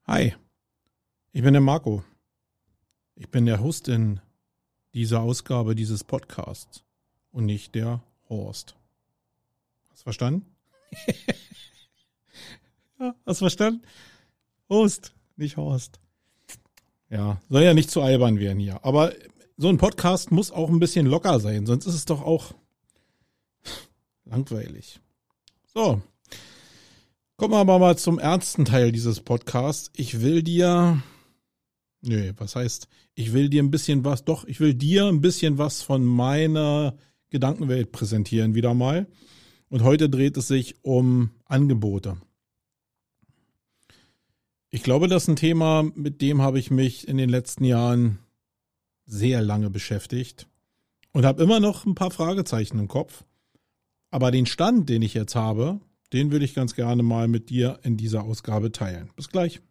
Hi, ich bin der Marco. Ich bin der Host in dieser Ausgabe dieses Podcasts und nicht der Horst. Hast du verstanden? Ja, hast du verstanden? Host, nicht Horst. Ja, soll ja nicht zu albern werden hier. Aber so ein Podcast muss auch ein bisschen locker sein, sonst ist es doch auch langweilig. So, kommen wir aber mal zum ernsten Teil dieses Podcasts. Ich will dir ein bisschen was von meiner Gedankenwelt präsentieren wieder mal. Und heute dreht es sich um Angebote. Ich glaube, das ist ein Thema, mit dem habe ich mich in den letzten Jahren sehr lange beschäftigt und habe immer noch ein paar Fragezeichen im Kopf. Aber den Stand, den ich jetzt habe, den würde ich ganz gerne mal mit dir in dieser Ausgabe teilen. Bis gleich.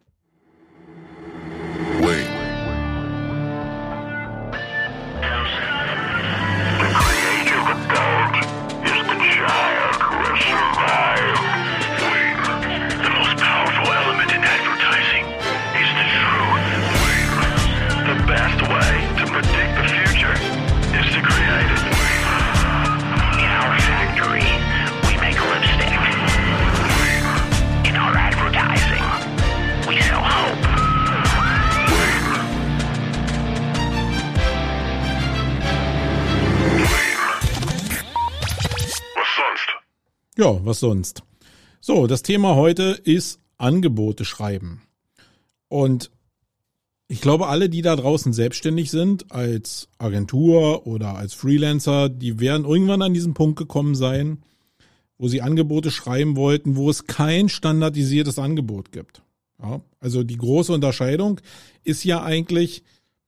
Ja, was sonst? So, das Thema heute ist Angebote schreiben. Und ich glaube, alle, die da draußen selbstständig sind, als Agentur oder als Freelancer, die werden irgendwann an diesen Punkt gekommen sein, wo sie Angebote schreiben wollten, wo es kein standardisiertes Angebot gibt. Ja, also die große Unterscheidung ist ja eigentlich,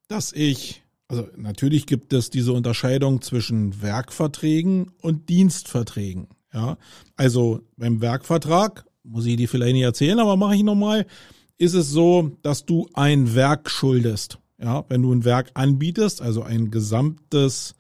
natürlich gibt es diese Unterscheidung zwischen Werkverträgen und Dienstverträgen. Ja, also beim Werkvertrag, muss ich dir vielleicht nicht erzählen, aber mache ich nochmal, ist es so, dass du ein Werk schuldest. Ja, wenn du ein Werk anbietest, also eine gesamte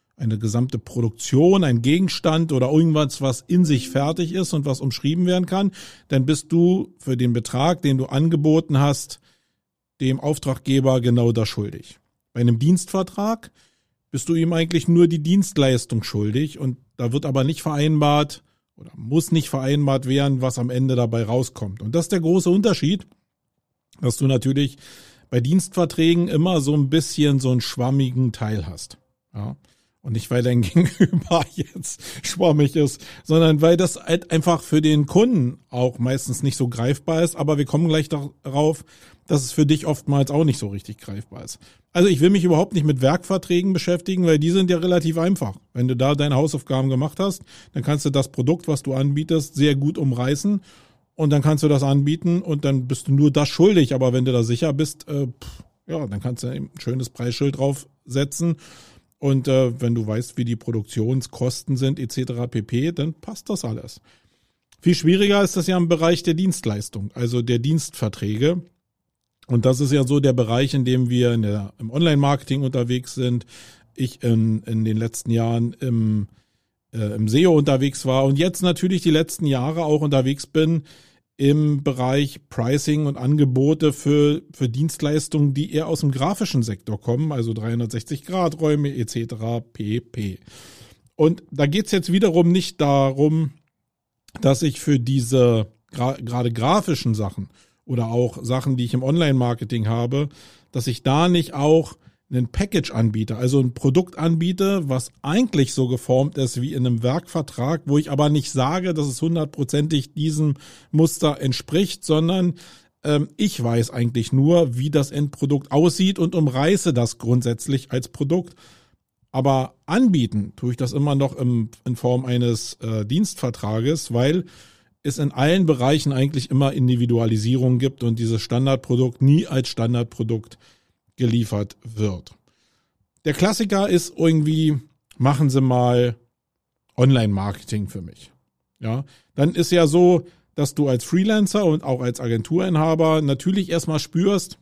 Produktion, ein Gegenstand oder irgendwas, was in sich fertig ist und was umschrieben werden kann, dann bist du für den Betrag, den du angeboten hast, dem Auftraggeber genau das schuldig. Bei einem Dienstvertrag bist du ihm eigentlich nur die Dienstleistung schuldig und da wird aber nicht vereinbart oder muss nicht vereinbart werden, was am Ende dabei rauskommt. Und das ist der große Unterschied, dass du natürlich bei Dienstverträgen immer so ein bisschen so einen schwammigen Teil hast. Ja. Und nicht, weil dein Gegenüber jetzt schwammig ist, sondern weil das halt einfach für den Kunden auch meistens nicht so greifbar ist. Aber wir kommen gleich darauf, dass es für dich oftmals auch nicht so richtig greifbar ist. Also ich will mich überhaupt nicht mit Werkverträgen beschäftigen, weil die sind ja relativ einfach. Wenn du da deine Hausaufgaben gemacht hast, dann kannst du das Produkt, was du anbietest, sehr gut umreißen und dann kannst du das anbieten und dann bist du nur das schuldig. Aber wenn du da sicher bist, dann kannst du ein schönes Preisschild draufsetzen. Und wenn du weißt, wie die Produktionskosten sind etc. pp., dann passt das alles. Viel schwieriger ist das ja im Bereich der Dienstleistung, also der Dienstverträge. Und das ist ja so der Bereich, in dem wir im Online-Marketing unterwegs sind. Ich in den letzten Jahren im SEO unterwegs war und jetzt natürlich die letzten Jahre auch unterwegs bin im Bereich Pricing und Angebote für Dienstleistungen, die eher aus dem grafischen Sektor kommen, also 360-Grad-Räume etc. pp. Und da geht's jetzt wiederum nicht darum, dass ich für diese gerade grafischen Sachen oder auch Sachen, die ich im Online-Marketing habe, dass ich da nicht auch ein Package anbiete, also ein Produkt anbiete, was eigentlich so geformt ist wie in einem Werkvertrag, wo ich aber nicht sage, dass es 100%ig diesem Muster entspricht, sondern ich weiß eigentlich nur, wie das Endprodukt aussieht und umreiße das grundsätzlich als Produkt. Aber anbieten tue ich das immer noch in Form eines Dienstvertrages, weil es in allen Bereichen eigentlich immer Individualisierung gibt und dieses Standardprodukt nie als Standardprodukt geliefert wird. Der Klassiker ist irgendwie, machen Sie mal Online-Marketing für mich. Ja, dann ist ja so, dass du als Freelancer und auch als Agenturinhaber natürlich erstmal spürst,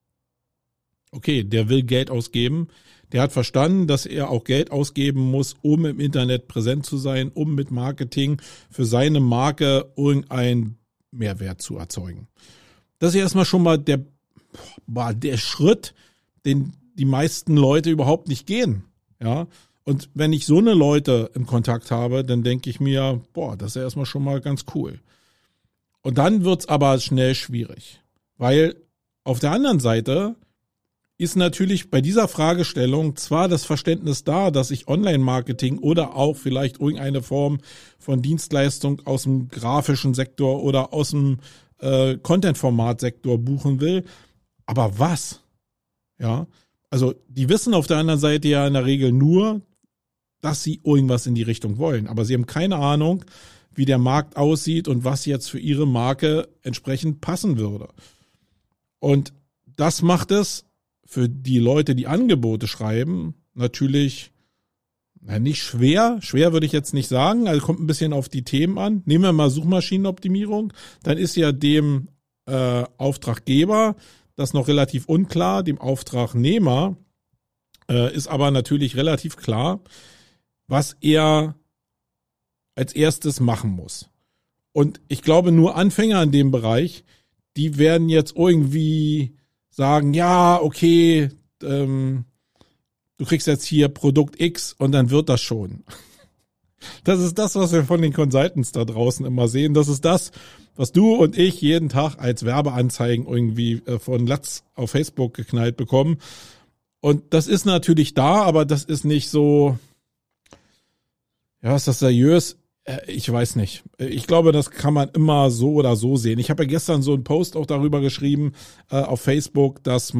okay, der will Geld ausgeben, der hat verstanden, dass er auch Geld ausgeben muss, um im Internet präsent zu sein, um mit Marketing für seine Marke irgendeinen Mehrwert zu erzeugen. Das ist ja erstmal schon mal der Schritt, den die meisten Leute überhaupt nicht gehen. Ja. Und wenn ich so eine Leute im Kontakt habe, dann denke ich mir, das ist ja erstmal schon mal ganz cool. Und dann wird's aber schnell schwierig. Weil auf der anderen Seite ist natürlich bei dieser Fragestellung zwar das Verständnis da, dass ich Online-Marketing oder auch vielleicht irgendeine Form von Dienstleistung aus dem grafischen Sektor oder aus dem Content-Format-Sektor buchen will, aber was? Ja, also die wissen auf der anderen Seite ja in der Regel nur, dass sie irgendwas in die Richtung wollen, aber sie haben keine Ahnung, wie der Markt aussieht und was jetzt für ihre Marke entsprechend passen würde. Und das macht es für die Leute, die Angebote schreiben, natürlich nicht schwer. Schwer würde ich jetzt nicht sagen. Also kommt ein bisschen auf die Themen an. Nehmen wir mal Suchmaschinenoptimierung. Dann ist ja dem Auftraggeber das noch relativ unklar. Dem Auftragnehmer ist aber natürlich relativ klar, was er als erstes machen muss. Und ich glaube, nur Anfänger in dem Bereich, die werden jetzt irgendwie sagen, ja, okay, du kriegst jetzt hier Produkt X und dann wird das schon. Das ist das, was wir von den Consultants da draußen immer sehen. Das ist das, was du und ich jeden Tag als Werbeanzeigen irgendwie von Latz auf Facebook geknallt bekommen. Und das ist natürlich da, aber das ist nicht so, ja, ist das seriös? Ich weiß nicht. Ich glaube, das kann man immer so oder so sehen. Ich habe ja gestern so einen Post auch darüber geschrieben auf Facebook, dass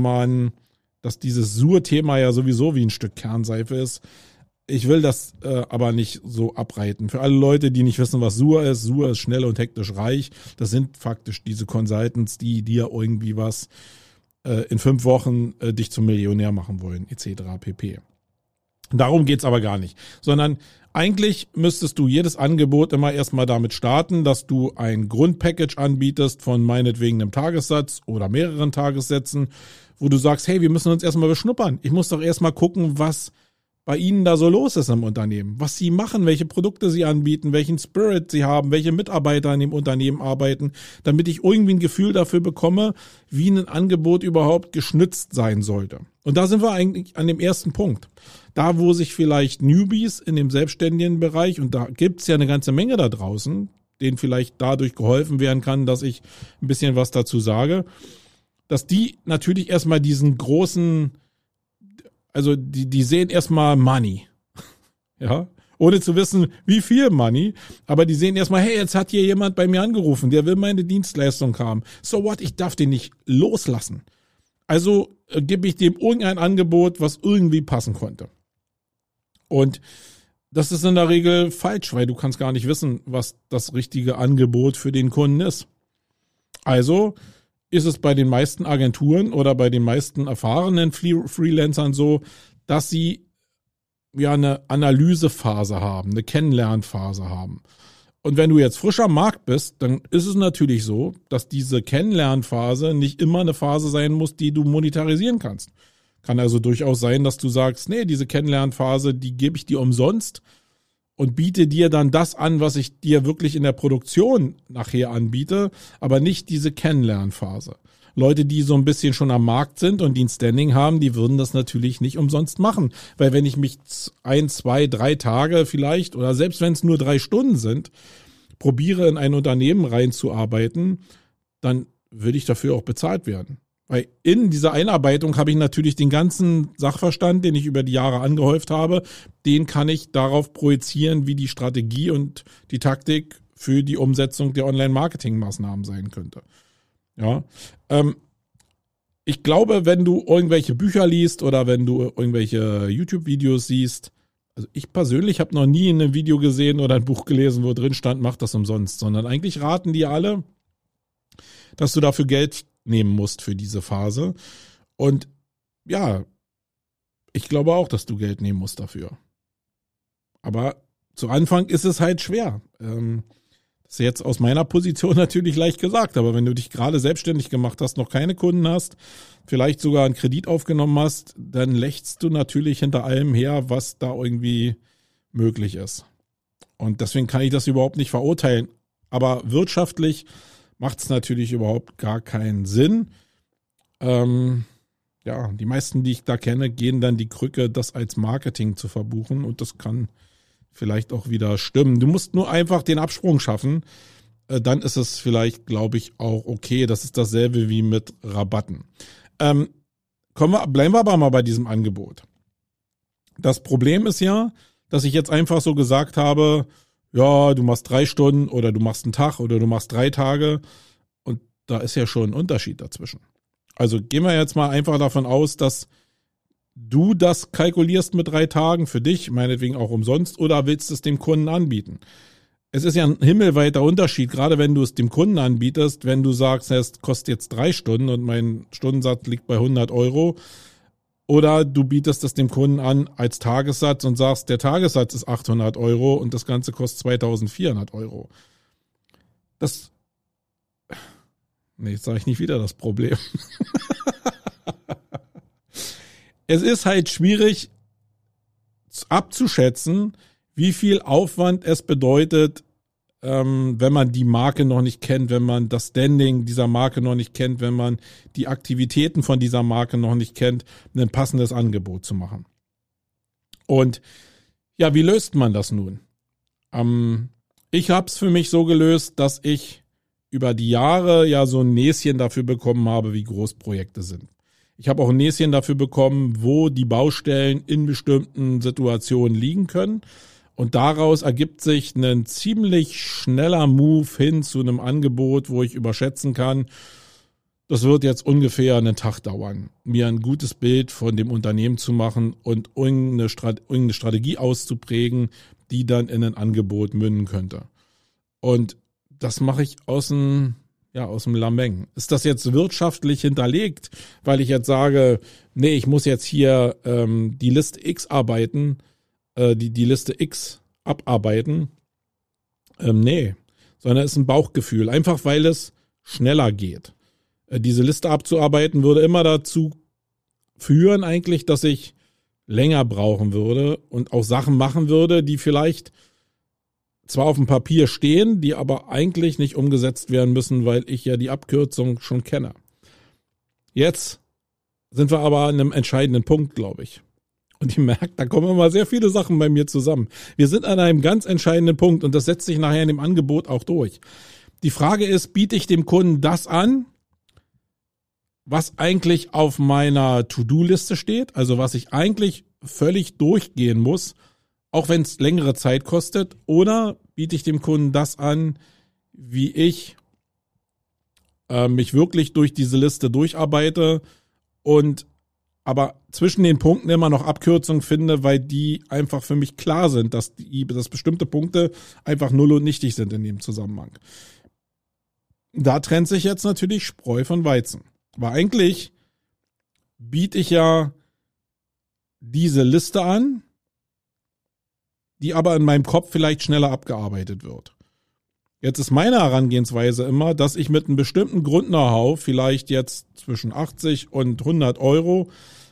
dieses Sur-Thema ja sowieso wie ein Stück Kernseife ist. Ich will das aber nicht so abreiten. Für alle Leute, die nicht wissen, was Sur ist schnell und hektisch reich. Das sind faktisch diese Consultants, die dir irgendwie was in 5 Wochen dich zum Millionär machen wollen, etc. pp. Darum geht's aber gar nicht, sondern eigentlich müsstest du jedes Angebot immer erstmal damit starten, dass du ein Grundpackage anbietest von meinetwegen einem Tagessatz oder mehreren Tagessätzen, wo du sagst, hey, wir müssen uns erstmal beschnuppern. Ich muss doch erstmal gucken, was bei Ihnen da so los ist im Unternehmen, was Sie machen, welche Produkte Sie anbieten, welchen Spirit Sie haben, welche Mitarbeiter in dem Unternehmen arbeiten, damit ich irgendwie ein Gefühl dafür bekomme, wie ein Angebot überhaupt geschnitzt sein sollte. Und da sind wir eigentlich an dem ersten Punkt. Da, wo sich vielleicht Newbies in dem selbstständigen Bereich, und da gibt's ja eine ganze Menge da draußen, denen vielleicht dadurch geholfen werden kann, dass ich ein bisschen was dazu sage, dass die natürlich erstmal diesen großen, also die sehen erstmal Money, ja, ohne zu wissen, wie viel Money, aber die sehen erstmal, hey, jetzt hat hier jemand bei mir angerufen, der will meine Dienstleistung haben. So what, ich darf den nicht loslassen. Also gebe ich dem irgendein Angebot, was irgendwie passen konnte. Und das ist in der Regel falsch, weil du kannst gar nicht wissen, was das richtige Angebot für den Kunden ist. Also ist es bei den meisten Agenturen oder bei den meisten erfahrenen Freelancern so, dass sie ja eine Analysephase haben, eine Kennenlernphase haben. Und wenn du jetzt frisch am Markt bist, dann ist es natürlich so, dass diese Kennenlernphase nicht immer eine Phase sein muss, die du monetarisieren kannst. Kann also durchaus sein, dass du sagst, nee, diese Kennenlernphase, die gebe ich dir umsonst und biete dir dann das an, was ich dir wirklich in der Produktion nachher anbiete, aber nicht diese Kennenlernphase. Leute, die so ein bisschen schon am Markt sind und die ein Standing haben, die würden das natürlich nicht umsonst machen. Weil wenn ich mich 1, 2, 3 Tage vielleicht oder selbst wenn es nur 3 Stunden sind, probiere in ein Unternehmen reinzuarbeiten, dann würde ich dafür auch bezahlt werden. Weil in dieser Einarbeitung habe ich natürlich den ganzen Sachverstand, den ich über die Jahre angehäuft habe, den kann ich darauf projizieren, wie die Strategie und die Taktik für die Umsetzung der Online-Marketing-Maßnahmen sein könnte. Ja, ich glaube, wenn du irgendwelche Bücher liest oder wenn du irgendwelche YouTube-Videos siehst, also ich persönlich habe noch nie ein Video gesehen oder ein Buch gelesen, wo drin stand, mach das umsonst, sondern eigentlich raten die alle, dass du dafür Geld nehmen musst für diese Phase. Und ja, ich glaube auch, dass du Geld nehmen musst dafür. Aber zu Anfang ist es halt schwer. Das ist jetzt aus meiner Position natürlich leicht gesagt, aber wenn du dich gerade selbstständig gemacht hast, noch keine Kunden hast, vielleicht sogar einen Kredit aufgenommen hast, dann lächst du natürlich hinter allem her, was da irgendwie möglich ist. Und deswegen kann ich das überhaupt nicht verurteilen. Aber wirtschaftlich macht es natürlich überhaupt gar keinen Sinn. Die meisten, die ich da kenne, gehen dann die Krücke, das als Marketing zu verbuchen und das kann vielleicht auch wieder stimmen. Du musst nur einfach den Absprung schaffen, dann ist es vielleicht, glaube ich, auch okay. Das ist dasselbe wie mit Rabatten. Bleiben wir aber mal bei diesem Angebot. Das Problem ist ja, dass ich jetzt einfach so gesagt habe, ja, du machst 3 Stunden oder du machst einen Tag oder du machst 3 Tage und da ist ja schon ein Unterschied dazwischen. Also gehen wir jetzt mal einfach davon aus, dass du das kalkulierst mit 3 Tagen für dich, meinetwegen auch umsonst, oder willst es dem Kunden anbieten? Es ist ja ein himmelweiter Unterschied, gerade wenn du es dem Kunden anbietest, wenn du sagst, es kostet jetzt 3 Stunden und mein Stundensatz liegt bei 100 Euro, oder du bietest es dem Kunden an als Tagessatz und sagst, der Tagessatz ist 800 Euro und das Ganze kostet 2400 Euro. Jetzt sage ich nicht wieder das Problem. Es ist halt schwierig abzuschätzen, wie viel Aufwand es bedeutet, wenn man die Marke noch nicht kennt, wenn man das Standing dieser Marke noch nicht kennt, wenn man die Aktivitäten von dieser Marke noch nicht kennt, ein passendes Angebot zu machen. Und ja, wie löst man das nun? Ich habe es für mich so gelöst, dass ich über die Jahre ja so ein Näschen dafür bekommen habe, wie groß Projekte sind. Ich habe auch ein Näschen dafür bekommen, wo die Baustellen in bestimmten Situationen liegen können. Und daraus ergibt sich ein ziemlich schneller Move hin zu einem Angebot, wo ich überschätzen kann, das wird jetzt ungefähr einen Tag dauern, mir ein gutes Bild von dem Unternehmen zu machen und irgendeine Strategie auszuprägen, die dann in ein Angebot münden könnte. Und das mache ich aus dem Lameng. Ist das jetzt wirtschaftlich hinterlegt, weil ich jetzt sage, nee, ich muss jetzt hier die Liste X arbeiten, die Liste X abarbeiten? Nee, sondern es ist ein Bauchgefühl, einfach weil es schneller geht. Diese Liste abzuarbeiten würde immer dazu führen eigentlich, dass ich länger brauchen würde und auch Sachen machen würde, die vielleicht zwar auf dem Papier stehen, die aber eigentlich nicht umgesetzt werden müssen, weil ich ja die Abkürzung schon kenne. Jetzt sind wir aber an einem entscheidenden Punkt, glaube ich. Und ich merke, da kommen immer sehr viele Sachen bei mir zusammen. Wir sind an einem ganz entscheidenden Punkt und das setzt sich nachher in dem Angebot auch durch. Die Frage ist, biete ich dem Kunden das an, was eigentlich auf meiner To-Do-Liste steht, also was ich eigentlich völlig durchgehen muss, auch wenn es längere Zeit kostet, oder biete ich dem Kunden das an, wie ich mich wirklich durch diese Liste durcharbeite und aber zwischen den Punkten immer noch Abkürzungen finde, weil die einfach für mich klar sind, dass bestimmte Punkte einfach null und nichtig sind in dem Zusammenhang. Da trennt sich jetzt natürlich Spreu von Weizen. Aber eigentlich biete ich ja diese Liste an, die aber in meinem Kopf vielleicht schneller abgearbeitet wird. Jetzt ist meine Herangehensweise immer, dass ich mit einem bestimmten Grund-Know-how vielleicht jetzt zwischen 80 und 100 Euro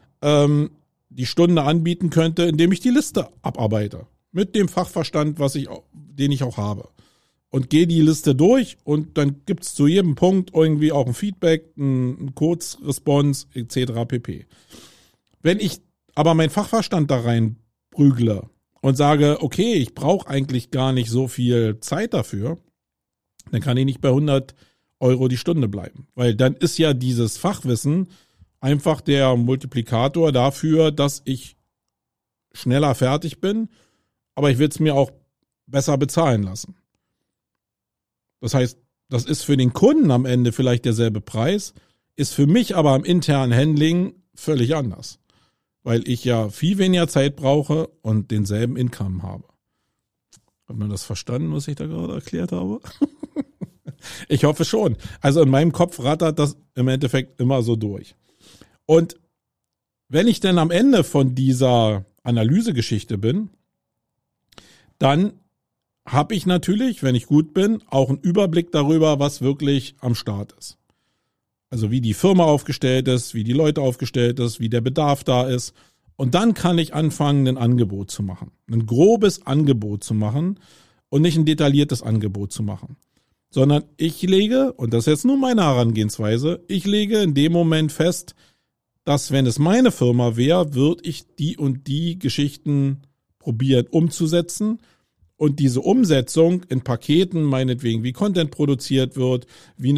die Stunde anbieten könnte, indem ich die Liste abarbeite. Mit dem Fachverstand, den ich auch habe. Und gehe die Liste durch und dann gibt's zu jedem Punkt irgendwie auch ein Feedback, ein Kurzresponse etc. pp. Wenn ich aber meinen Fachverstand da rein prügle und sage, okay, ich brauche eigentlich gar nicht so viel Zeit dafür, dann kann ich nicht bei 100 Euro die Stunde bleiben. Weil dann ist ja dieses Fachwissen einfach der Multiplikator dafür, dass ich schneller fertig bin, aber ich will es mir auch besser bezahlen lassen. Das heißt, das ist für den Kunden am Ende vielleicht derselbe Preis, ist für mich aber im internen Handling völlig anders. Weil ich ja viel weniger Zeit brauche und denselben Income habe. Hat man das verstanden, was ich da gerade erklärt habe? Ich hoffe schon. Also in meinem Kopf rattert das im Endeffekt immer so durch. Und wenn ich dann am Ende von dieser Analysegeschichte bin, dann habe ich natürlich, wenn ich gut bin, auch einen Überblick darüber, was wirklich am Start ist. Also wie die Firma aufgestellt ist, wie die Leute aufgestellt ist, wie der Bedarf da ist. Und dann kann ich anfangen, ein Angebot zu machen. Ein grobes Angebot zu machen und nicht ein detailliertes Angebot zu machen. sondern ich lege, und das ist jetzt nur meine Herangehensweise, ich lege in dem Moment fest, dass wenn es meine Firma wäre, würde ich die und die Geschichten probieren umzusetzen. Und diese Umsetzung in Paketen, meinetwegen, wie Content produziert wird, wie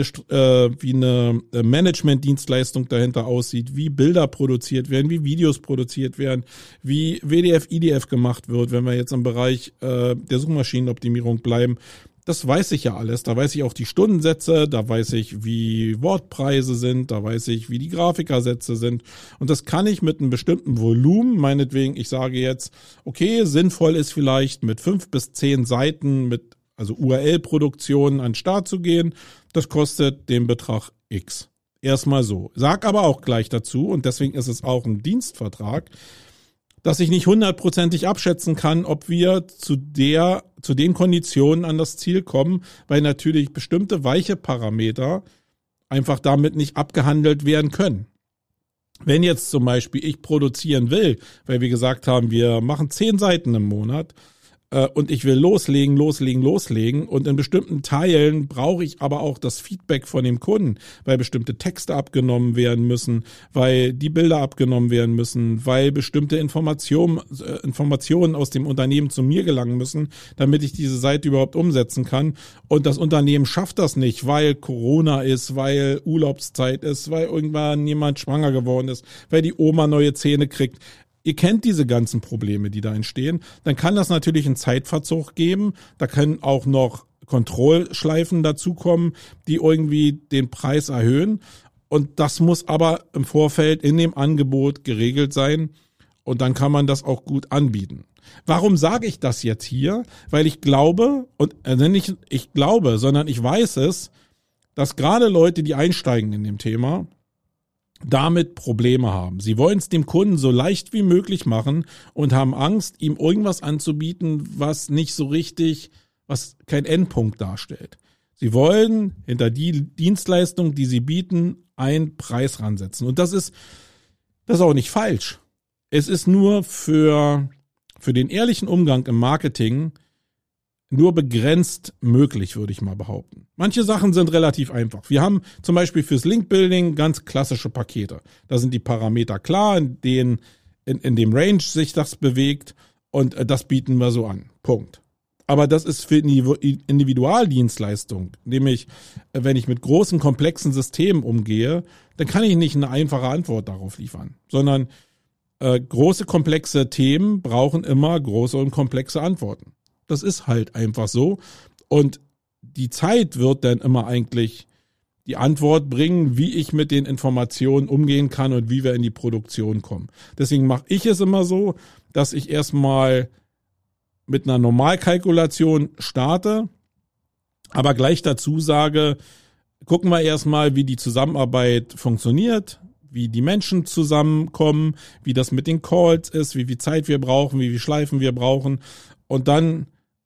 eine Management-Dienstleistung dahinter aussieht, wie Bilder produziert werden, wie Videos produziert werden, wie WDF, IDF gemacht wird, wenn wir jetzt im Bereich der Suchmaschinenoptimierung bleiben. Das weiß ich ja alles. Da weiß ich auch die Stundensätze, da weiß ich, wie Wortpreise sind, da weiß ich, wie die Grafikersätze sind. Und das kann ich mit einem bestimmten Volumen, meinetwegen, ich sage jetzt, okay, sinnvoll ist vielleicht mit 5 bis 10 Seiten, also URL-Produktionen an den Start zu gehen. Das kostet den Betrag X. Erstmal so. Sag aber auch gleich dazu, und deswegen ist es auch ein Dienstvertrag, dass ich nicht 100%ig abschätzen kann, ob wir zu den Konditionen an das Ziel kommen, weil natürlich bestimmte weiche Parameter einfach damit nicht abgehandelt werden können. Wenn jetzt zum Beispiel ich produzieren will, weil wir gesagt haben, wir machen 10 Seiten im Monat, und ich will loslegen und in bestimmten Teilen brauche ich aber auch das Feedback von dem Kunden, weil bestimmte Texte abgenommen werden müssen, weil die Bilder abgenommen werden müssen, weil bestimmte Informationen aus dem Unternehmen zu mir gelangen müssen, damit ich diese Seite überhaupt umsetzen kann. Und das Unternehmen schafft das nicht, weil Corona ist, weil Urlaubszeit ist, weil irgendwann jemand schwanger geworden ist, weil die Oma neue Zähne kriegt. Ihr kennt diese ganzen Probleme, die da entstehen. Dann kann das natürlich einen Zeitverzug geben. Da können auch noch Kontrollschleifen dazukommen, die irgendwie den Preis erhöhen. Und das muss aber im Vorfeld in dem Angebot geregelt sein. Und dann kann man das auch gut anbieten. Warum sage ich das jetzt hier? Weil ich glaube, und nicht ich glaube, sondern ich weiß es, dass gerade Leute, die einsteigen in dem Thema, damit Probleme haben. Sie wollen es dem Kunden so leicht wie möglich machen und haben Angst, ihm irgendwas anzubieten, was nicht so richtig, was kein Endpunkt darstellt. Sie wollen hinter die Dienstleistung, die sie bieten, einen Preis ransetzen. Und das ist auch nicht falsch. Es ist nur für den ehrlichen Umgang im Marketing nur begrenzt möglich, würde ich mal behaupten. Manche Sachen sind relativ einfach. Wir haben zum Beispiel fürs Link-Building ganz klassische Pakete. Da sind die Parameter klar, in dem Range sich das bewegt, und das bieten wir so an. Punkt. Aber das ist für die Individualdienstleistung, nämlich wenn ich mit großen, komplexen Systemen umgehe, dann kann ich nicht eine einfache Antwort darauf liefern, sondern große, komplexe Themen brauchen immer große und komplexe Antworten. Das ist halt einfach so. Und die Zeit wird dann immer eigentlich die Antwort bringen, wie ich mit den Informationen umgehen kann und wie wir in die Produktion kommen. Deswegen mache ich es immer so, dass ich erstmal mit einer Normalkalkulation starte, aber gleich dazu sage, gucken wir erstmal, wie die Zusammenarbeit funktioniert, wie die Menschen zusammenkommen, wie das mit den Calls ist, wie viel Zeit wir brauchen, wie viele Schleifen wir brauchen. Und dann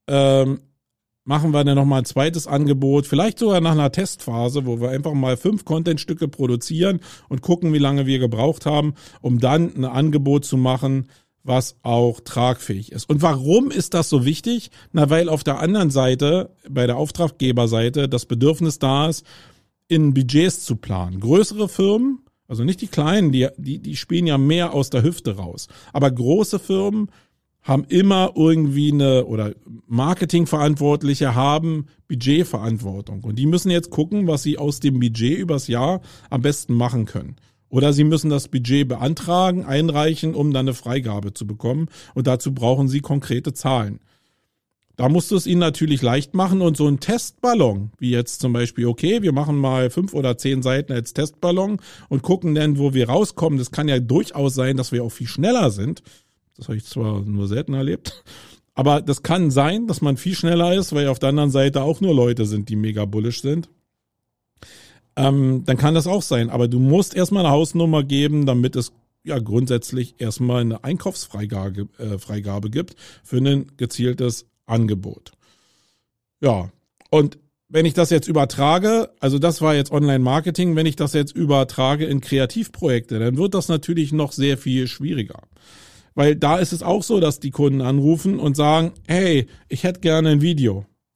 machen wir dann nochmal ein zweites Angebot, vielleicht sogar nach einer Testphase, wo wir einfach mal 5 Contentstücke produzieren und gucken, wie lange wir gebraucht haben, um dann ein Angebot zu machen, was auch tragfähig ist. Und warum ist das so wichtig? Na, weil auf der anderen Seite, bei der Auftraggeberseite, das Bedürfnis da ist, in Budgets zu planen. Größere Firmen, also nicht die kleinen, die spielen ja mehr aus der Hüfte raus, aber große Firmen haben immer irgendwie oder Marketingverantwortliche haben Budgetverantwortung. Und die müssen jetzt gucken, was sie aus dem Budget übers Jahr am besten machen können. Oder sie müssen das Budget beantragen, einreichen, um dann eine Freigabe zu bekommen. Und dazu brauchen sie konkrete Zahlen. Da musst du es ihnen natürlich leicht machen. Und so ein Testballon, wie jetzt zum Beispiel, okay, wir machen mal 5 oder 10 Seiten als Testballon und gucken dann, wo wir rauskommen. Das kann ja durchaus sein, dass wir auch viel schneller sind. Das habe ich zwar nur selten erlebt, aber das kann sein, dass man viel schneller ist, weil auf der anderen Seite auch nur Leute sind, die mega bullish sind. Dann kann das auch sein, aber du musst erstmal eine Hausnummer geben, damit es ja grundsätzlich erstmal eine Einkaufsfreigabe gibt für ein gezieltes Angebot. Ja, und wenn ich das jetzt übertrage, also das war jetzt Online-Marketing, wenn ich das jetzt übertrage in Kreativprojekte, dann wird das natürlich noch sehr viel schwieriger. Weil da ist es auch so, dass die Kunden anrufen und sagen, hey, ich hätte gerne ein Video.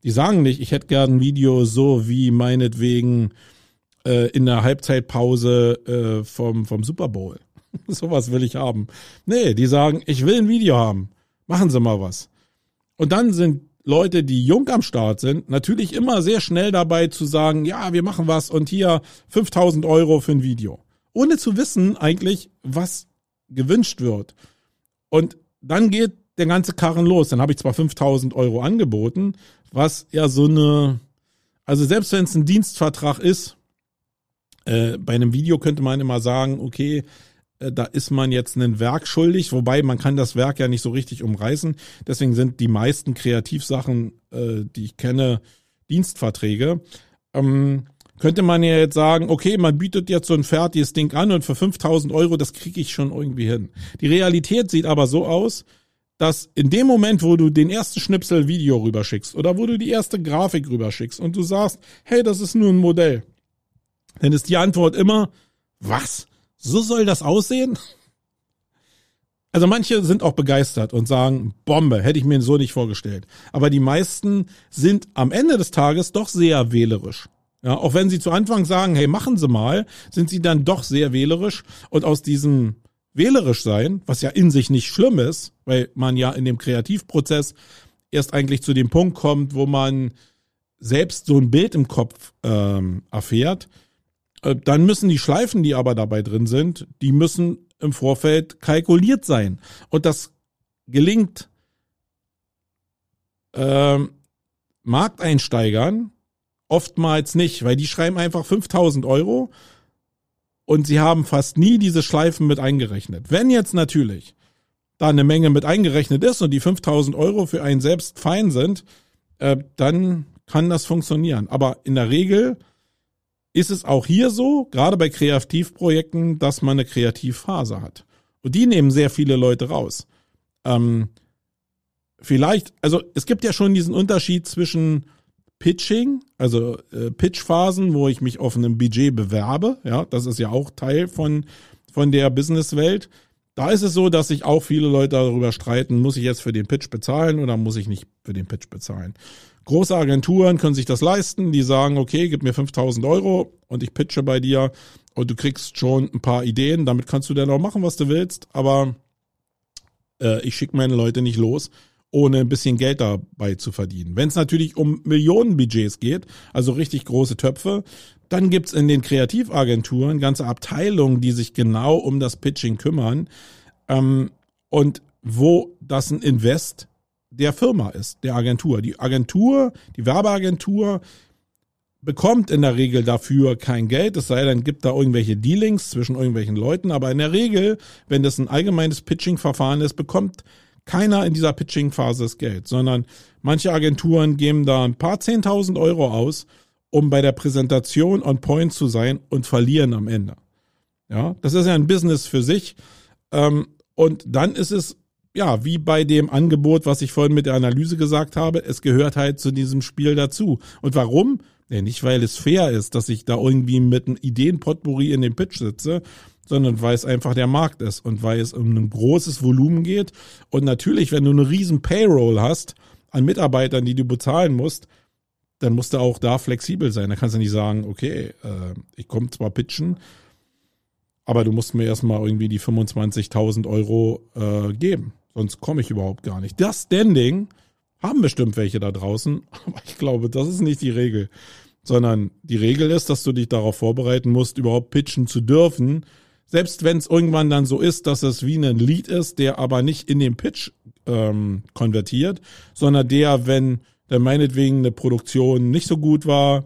Die sagen nicht, ich hätte gern ein Video so wie meinetwegen in der Halbzeitpause vom Super Bowl. Sowas will ich haben. Nee, die sagen, ich will ein Video haben. Machen Sie mal was. Und dann sind Leute, die jung am Start sind, natürlich immer sehr schnell dabei zu sagen, ja, wir machen was und hier 5.000 Euro für ein Video. Ohne zu wissen eigentlich, was gewünscht wird. Und dann geht der ganze Karren los. Dann habe ich zwar 5.000 Euro angeboten, was ja so eine, also selbst wenn es ein Dienstvertrag ist, bei einem Video könnte man immer sagen, okay, da ist man jetzt ein Werk schuldig, wobei man kann das Werk ja nicht so richtig umreißen. Deswegen sind die meisten Kreativsachen, die ich kenne, Dienstverträge. Könnte man ja jetzt sagen, okay, man bietet jetzt so ein fertiges Ding an und für 5.000 Euro, das kriege ich schon irgendwie hin. Die Realität sieht aber so aus, dass in dem Moment, wo du den ersten Schnipsel Video rüberschickst oder wo du die erste Grafik rüberschickst und du sagst, hey, das ist nur ein Modell, dann ist die Antwort immer, was? So soll das aussehen? Also manche sind auch begeistert und sagen, Bombe, hätte ich mir so nicht vorgestellt. Aber die meisten sind am Ende des Tages doch sehr wählerisch. Ja, auch wenn sie zu Anfang sagen, hey, machen Sie mal, sind sie dann doch sehr wählerisch. Und aus diesem wählerisch sein, was ja in sich nicht schlimm ist, weil man ja in dem Kreativprozess erst eigentlich zu dem Punkt kommt, wo man selbst so ein Bild im Kopf erfährt, dann müssen die Schleifen, die aber dabei drin sind, die müssen im Vorfeld kalkuliert sein. Und das gelingt Markteinsteigern oftmals nicht, weil die schreiben einfach 5.000 Euro und sie haben fast nie diese Schleifen mit eingerechnet. Wenn jetzt natürlich da eine Menge mit eingerechnet ist und die 5.000 Euro für einen selbst fein sind, dann kann das funktionieren. Aber in der Regel ist es auch hier so, gerade bei Kreativprojekten, dass man eine Kreativphase hat. Und die nehmen sehr viele Leute raus. Vielleicht, also es gibt ja schon diesen Unterschied zwischen Pitching, also Pitchphasen, wo ich mich auf einem Budget bewerbe, ja, das ist ja auch Teil von der Businesswelt. Da ist es so, dass sich auch viele Leute darüber streiten, muss ich jetzt für den Pitch bezahlen oder muss ich nicht für den Pitch bezahlen. Große Agenturen können sich das leisten, die sagen, okay, gib mir 5.000 Euro und ich pitche bei dir und du kriegst schon ein paar Ideen, damit kannst du dann auch machen, was du willst, aber ich schicke meine Leute nicht los, ohne ein bisschen Geld dabei zu verdienen. Wenn es natürlich um Millionenbudgets geht, also richtig große Töpfe, dann gibt's in den Kreativagenturen ganze Abteilungen, die sich genau um das Pitching kümmern und wo das ein Invest der Firma ist, der Agentur. Die Werbeagentur bekommt in der Regel dafür kein Geld, es sei denn, gibt da irgendwelche Dealings zwischen irgendwelchen Leuten, aber in der Regel, wenn das ein allgemeines Pitching-Verfahren ist, bekommt keiner in dieser Pitching-Phase das Geld, sondern manche Agenturen geben da ein paar 10.000 Euro aus, um bei der Präsentation on point zu sein und verlieren am Ende. Ja, das ist ja ein Business für sich. Und dann ist es, ja, wie bei dem Angebot, was ich vorhin mit der Analyse gesagt habe, es gehört halt zu diesem Spiel dazu. Und warum? Ja, nicht, weil es fair ist, dass ich da irgendwie mit einem Ideenpotpourri in dem Pitch sitze, sondern weil es einfach der Markt ist und weil es um ein großes Volumen geht. Und natürlich, wenn du eine riesen Payroll hast an Mitarbeitern, die du bezahlen musst, dann musst du auch da flexibel sein. Da kannst du nicht sagen, okay, ich komme zwar pitchen, aber du musst mir erstmal irgendwie die 25.000 Euro geben. Sonst komme ich überhaupt gar nicht. Das Standing haben bestimmt welche da draußen, aber ich glaube, das ist nicht die Regel. Sondern die Regel ist, dass du dich darauf vorbereiten musst, überhaupt pitchen zu dürfen. Selbst wenn es irgendwann dann so ist, dass es wie ein Lead ist, der aber nicht in den Pitch konvertiert, sondern der, wenn dann meinetwegen eine Produktion nicht so gut war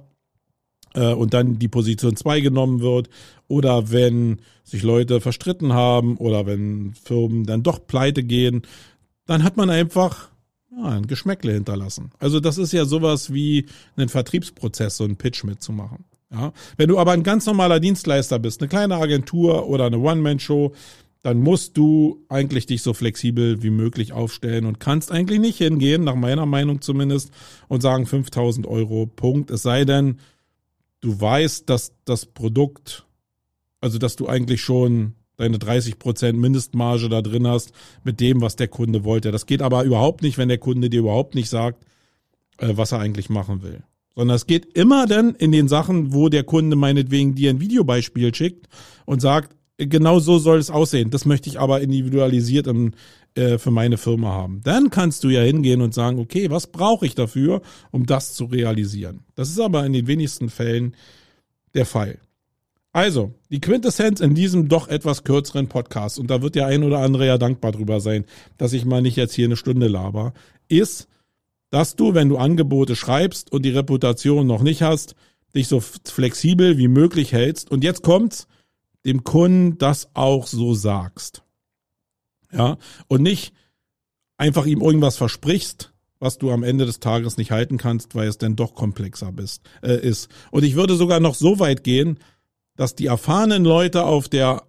und dann die Position 2 genommen wird oder wenn sich Leute verstritten haben oder wenn Firmen dann doch pleite gehen, dann hat man einfach ein Geschmäckle hinterlassen. Also das ist ja sowas wie ein Vertriebsprozess, so einen Pitch mitzumachen. Ja? Wenn du aber ein ganz normaler Dienstleister bist, eine kleine Agentur oder eine One-Man-Show, dann musst du eigentlich dich so flexibel wie möglich aufstellen und kannst eigentlich nicht hingehen, nach meiner Meinung zumindest, und sagen 5.000 Euro, Punkt. Es sei denn, du weißt, dass das Produkt, also dass du eigentlich schon deine 30% Mindestmarge da drin hast mit dem, was der Kunde wollte. Das geht aber überhaupt nicht, wenn der Kunde dir überhaupt nicht sagt, was er eigentlich machen will. Sondern es geht immer dann in den Sachen, wo der Kunde meinetwegen dir ein Videobeispiel schickt und sagt, genau so soll es aussehen. Das möchte ich aber individualisiert für meine Firma haben. Dann kannst du ja hingehen und sagen, okay, was brauche ich dafür, um das zu realisieren? Das ist aber in den wenigsten Fällen der Fall. Also, die Quintessenz in diesem doch etwas kürzeren Podcast, und da wird der ein oder andere ja dankbar drüber sein, dass ich mal nicht jetzt hier eine Stunde laber, ist, dass du, wenn du Angebote schreibst und die Reputation noch nicht hast, dich so flexibel wie möglich hältst. Und jetzt kommt's, dem Kunden das auch so sagst. Ja, und nicht einfach ihm irgendwas versprichst, was du am Ende des Tages nicht halten kannst, weil es dann doch komplexer ist. Und ich würde sogar noch so weit gehen, dass die erfahrenen Leute auf der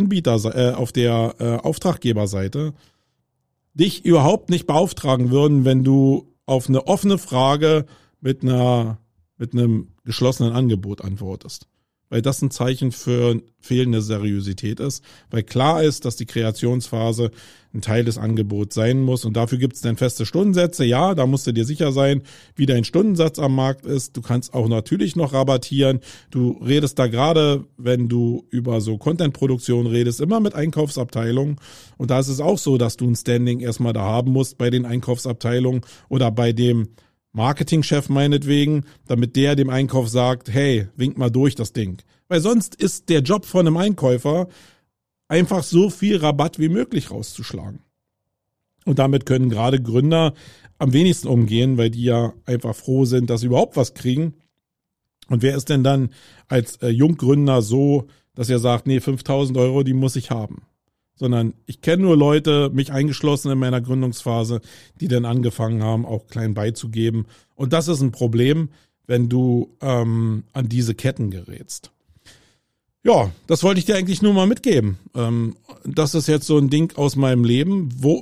Auftraggeberseite dich überhaupt nicht beauftragen würden, wenn du auf eine offene Frage mit einem geschlossenen Angebot antwortest. Weil das ein Zeichen für fehlende Seriosität ist, weil klar ist, dass die Kreationsphase ein Teil des Angebots sein muss und dafür gibt es dann feste Stundensätze. Ja, da musst du dir sicher sein, wie dein Stundensatz am Markt ist. Du kannst auch natürlich noch rabattieren. Du redest da gerade, wenn du über so Content-Produktion redest, immer mit Einkaufsabteilungen und da ist es auch so, dass du ein Standing erstmal da haben musst bei den Einkaufsabteilungen oder bei dem Marketingchef meinetwegen, damit der dem Einkauf sagt, hey, wink mal durch das Ding. Weil sonst ist der Job von einem Einkäufer einfach so viel Rabatt wie möglich rauszuschlagen. Und damit können gerade Gründer am wenigsten umgehen, weil die ja einfach froh sind, dass sie überhaupt was kriegen. Und wer ist denn dann als Junggründer so, dass er sagt, nee, 5.000 Euro, die muss ich haben? Sondern ich kenne nur Leute, mich eingeschlossen in meiner Gründungsphase, die dann angefangen haben, auch klein beizugeben. Und das ist ein Problem, wenn du an diese Ketten gerätst. Ja, das wollte ich dir eigentlich nur mal mitgeben. Das ist jetzt so ein Ding aus meinem Leben, wo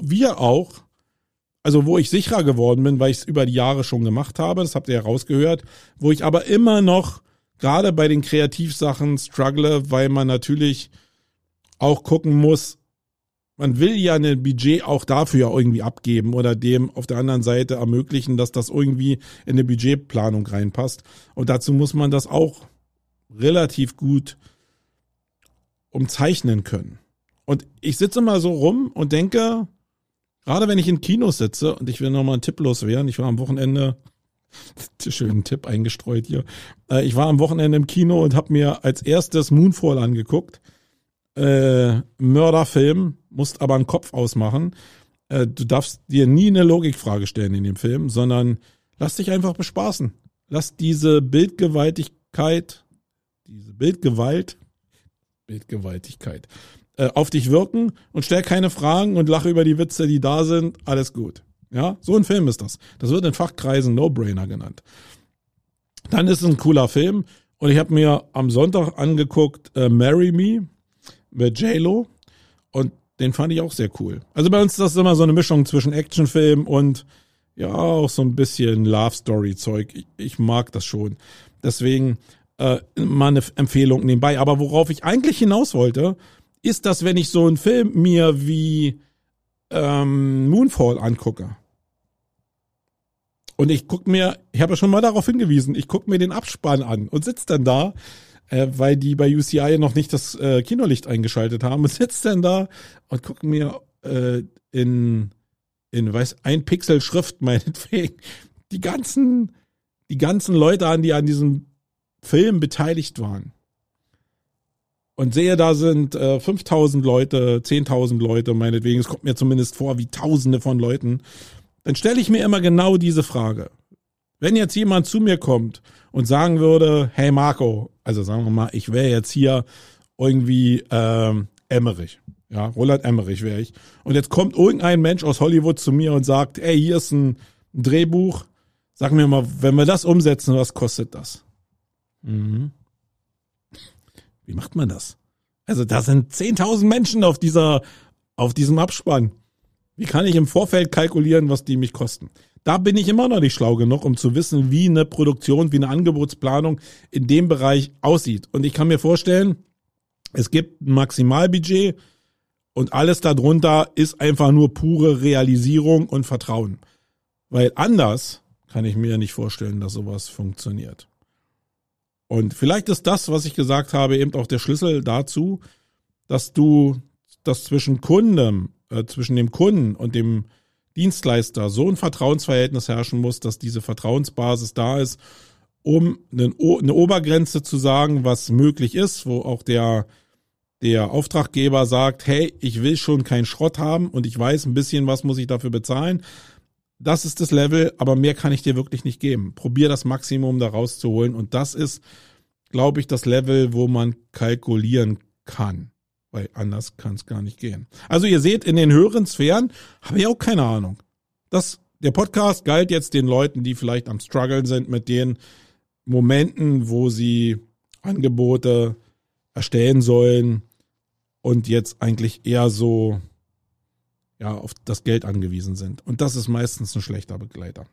ich sicherer geworden bin, weil ich es über die Jahre schon gemacht habe, das habt ihr ja rausgehört, wo ich aber immer noch, gerade bei den Kreativsachen, struggle, weil man natürlich auch gucken muss, man will ja ein Budget auch dafür irgendwie abgeben oder dem auf der anderen Seite ermöglichen, dass das irgendwie in eine Budgetplanung reinpasst. Und dazu muss man das auch relativ gut umzeichnen können. Und ich sitze mal so rum und denke, gerade wenn ich in Kinos sitze, und ich will nochmal einen Tipp loswerden, ich war am Wochenende, schönen Tipp eingestreut hier, ich war am Wochenende im Kino und habe mir als erstes Moonfall angeguckt. Mörderfilm, musst aber einen Kopf ausmachen. Du darfst dir nie eine Logikfrage stellen in dem Film, sondern lass dich einfach bespaßen. Lass diese Bildgewaltigkeit auf dich wirken und stell keine Fragen und lache über die Witze, die da sind. Alles gut. Ja, so ein Film ist das. Das wird in Fachkreisen No-Brainer genannt. Dann ist es ein cooler Film und ich habe mir am Sonntag angeguckt Marry Me mit J-Lo und den fand ich auch sehr cool. Also bei uns ist das immer so eine Mischung zwischen Actionfilm und ja auch so ein bisschen Love-Story-Zeug. Ich mag das schon. Deswegen mal eine Empfehlung nebenbei. Aber worauf ich eigentlich hinaus wollte, ist, dass wenn ich so einen Film mir wie Moonfall angucke und ich habe ja schon mal darauf hingewiesen, ich gucke mir den Abspann an und sitze dann da, weil die bei UCI noch nicht das Kinolicht eingeschaltet haben und sitze dann da und gucke mir in ein Pixel Schrift meinetwegen die ganzen Leute an, die an diesem Film beteiligt waren. Und sehe, da sind 5.000 Leute, 10.000 Leute, meinetwegen, es kommt mir zumindest vor wie Tausende von Leuten, dann stelle ich mir immer genau diese Frage. Wenn jetzt jemand zu mir kommt und sagen würde, hey Marco, also sagen wir mal, ich wäre jetzt hier irgendwie Emmerich, ja, Roland Emmerich wäre ich, und jetzt kommt irgendein Mensch aus Hollywood zu mir und sagt, ey, hier ist ein Drehbuch, sag mir mal, wenn wir das umsetzen, was kostet das? Mhm. Wie macht man das? Also da sind 10.000 Menschen auf diesem Abspann. Wie kann ich im Vorfeld kalkulieren, was die mich kosten? Da bin ich immer noch nicht schlau genug, um zu wissen, wie eine Produktion, wie eine Angebotsplanung in dem Bereich aussieht. Und ich kann mir vorstellen, es gibt ein Maximalbudget und alles darunter ist einfach nur pure Realisierung und Vertrauen. Weil anders kann ich mir nicht vorstellen, dass sowas funktioniert. Und vielleicht ist das, was ich gesagt habe, eben auch der Schlüssel dazu, dass zwischen dem Kunden und dem Dienstleister so ein Vertrauensverhältnis herrschen muss, dass diese Vertrauensbasis da ist, um eine Obergrenze zu sagen, was möglich ist, wo auch der Auftraggeber sagt, hey, ich will schon keinen Schrott haben und ich weiß ein bisschen, was muss ich dafür bezahlen. Das ist das Level, aber mehr kann ich dir wirklich nicht geben. Probier das Maximum da rauszuholen und das ist, glaube ich, das Level, wo man kalkulieren kann, weil anders kann es gar nicht gehen. Also ihr seht, in den höheren Sphären habe ich auch keine Ahnung. Der Podcast galt jetzt den Leuten, die vielleicht am Struggeln sind mit den Momenten, wo sie Angebote erstellen sollen und jetzt eigentlich eher so auf das Geld angewiesen sind. Und das ist meistens ein schlechter Begleiter.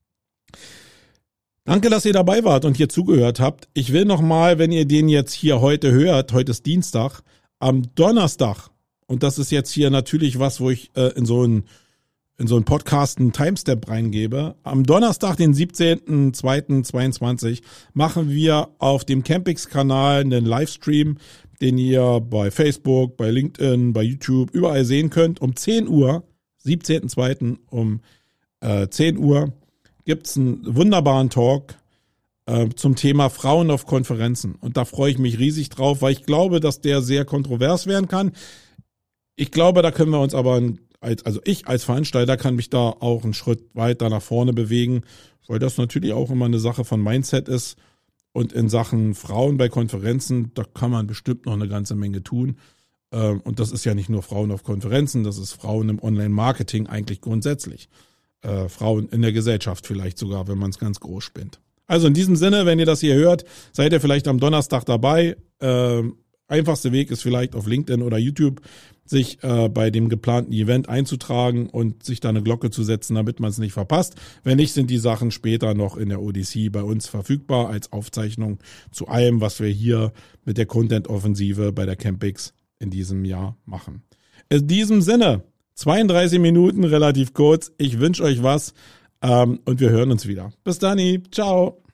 Danke, dass ihr dabei wart und hier zugehört habt. Ich will nochmal, wenn ihr den jetzt hier heute hört, heute ist Dienstag, am Donnerstag, und das ist jetzt hier natürlich was, wo ich in so einen Podcast einen Timestep reingebe. Am Donnerstag, den 17.02.22, machen wir auf dem Campix-Kanal einen Livestream, den ihr bei Facebook, bei LinkedIn, bei YouTube überall sehen könnt. Um 10 Uhr, 17.02. um 10 Uhr gibt's einen wunderbaren Talk zum Thema Frauen auf Konferenzen. Und da freue ich mich riesig drauf, weil ich glaube, dass der sehr kontrovers werden kann. Ich glaube, da können wir uns aber ich als Veranstalter kann mich da auch einen Schritt weiter nach vorne bewegen, weil das natürlich auch immer eine Sache von Mindset ist. Und in Sachen Frauen bei Konferenzen, da kann man bestimmt noch eine ganze Menge tun. Und das ist ja nicht nur Frauen auf Konferenzen, das ist Frauen im Online-Marketing eigentlich grundsätzlich. Frauen in der Gesellschaft vielleicht sogar, wenn man es ganz groß spinnt. Also in diesem Sinne, wenn ihr das hier hört, seid ihr vielleicht am Donnerstag dabei. Einfachste Weg ist vielleicht auf LinkedIn oder YouTube sich bei dem geplanten Event einzutragen und sich da eine Glocke zu setzen, damit man es nicht verpasst. Wenn nicht, sind die Sachen später noch in der ODC bei uns verfügbar als Aufzeichnung zu allem, was wir hier mit der Content-Offensive bei der Campix in diesem Jahr machen. In diesem Sinne, 32 Minuten, relativ kurz. Ich wünsche euch was und wir hören uns wieder. Bis dann, ciao.